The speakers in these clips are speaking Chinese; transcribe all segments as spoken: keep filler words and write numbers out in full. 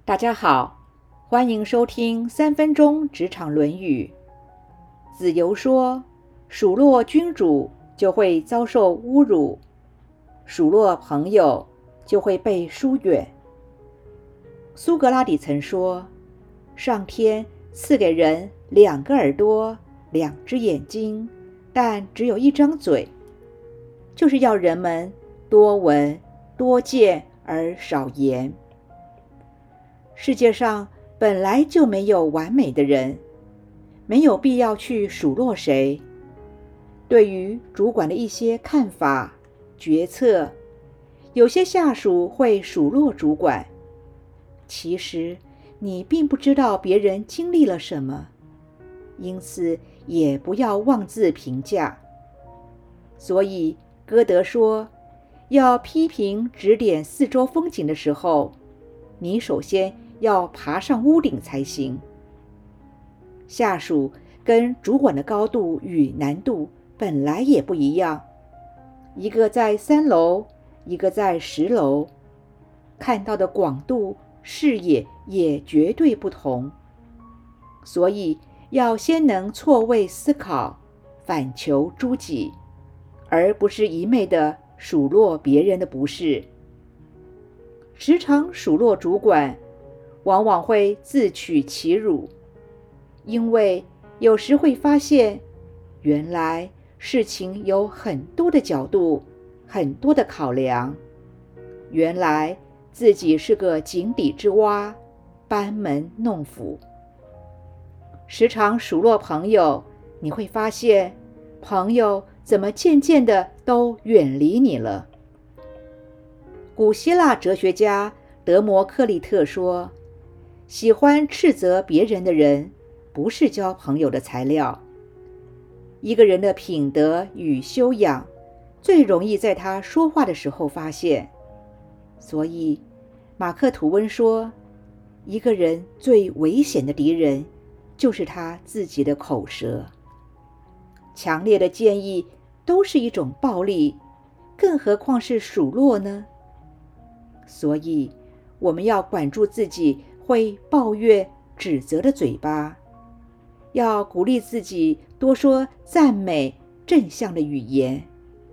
大家好，欢迎收听三分钟职场论语。子游说，数落君主就会遭受侮辱，数落朋友就会被疏远。苏格拉底曾说，上天赐给人两个耳朵，两只眼睛，但只有一张嘴，就是要人们多闻多见而少言。世界上本来就没有完美的人，没有必要去数落谁。对于主管的一些看法、决策，有些下属会数落主管，其实你并不知道别人经历了什么，因此也不要妄自评价。所以歌德说，要批评指点四周风景的时候，你首先要爬上屋顶才行。下属跟主管的高度与难度本来也不一样，一个在三楼，一个在十楼，看到的广度、视野也绝对不同。所以要先能错位思考，反求诸己，而不是一昧的数落别人的不是。时常数落主管，往往会自取其辱，因为有时会发现，原来事情有很多的角度，很多的考量，原来自己是个井底之蛙，班门弄斧。时常数落朋友，你会发现，朋友怎么渐渐的都远离你了。古希腊哲学家德谟克利特说，喜欢斥责别人的人，不是交朋友的材料。一个人的品德与修养，最容易在他说话的时候发现。所以，马克吐温说，一个人最危险的敌人，就是他自己的口舌。强烈的建议都是一种暴力，更何况是数落呢？所以，我们要管住自己会抱怨、指责的嘴巴，要鼓励自己多说赞美、正向的语言。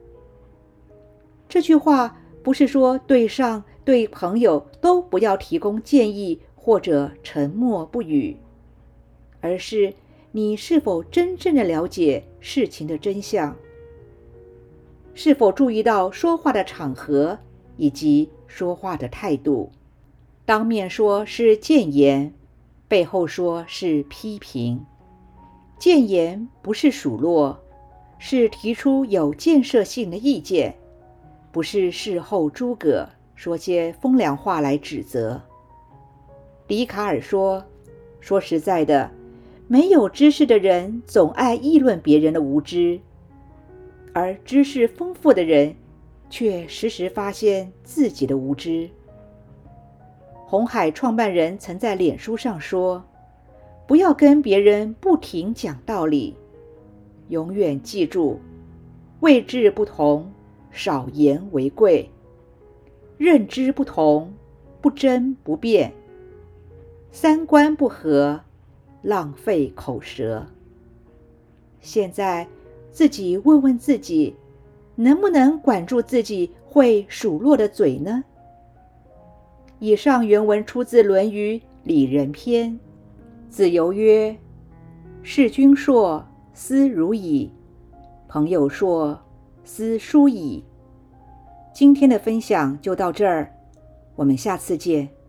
这句话不是说对上对朋友都不要提供建议或者沉默不语，而是你是否真正的了解事情的真相，是否注意到说话的场合以及说话的态度。当面说是谏言，背后说是批评。谏言不是数落，是提出有建设性的意见，不是事后诸葛，说些风凉话来指责。笛卡尔说，说实在的，没有知识的人总爱议论别人的无知，而知识丰富的人却时时发现自己的无知。鸿海创办人曾在脸书上说，不要跟别人不停讲道理，永远记住，位置不同，少言为贵；认知不同，不争不辩；三观不合，浪费口舌。现在自己问问自己，能不能管住自己会数落的嘴呢？以上原文出自《论语·里仁篇》。子游曰：事君说，斯如矣；朋友说，斯疏矣。今天的分享就到这儿，我们下次见。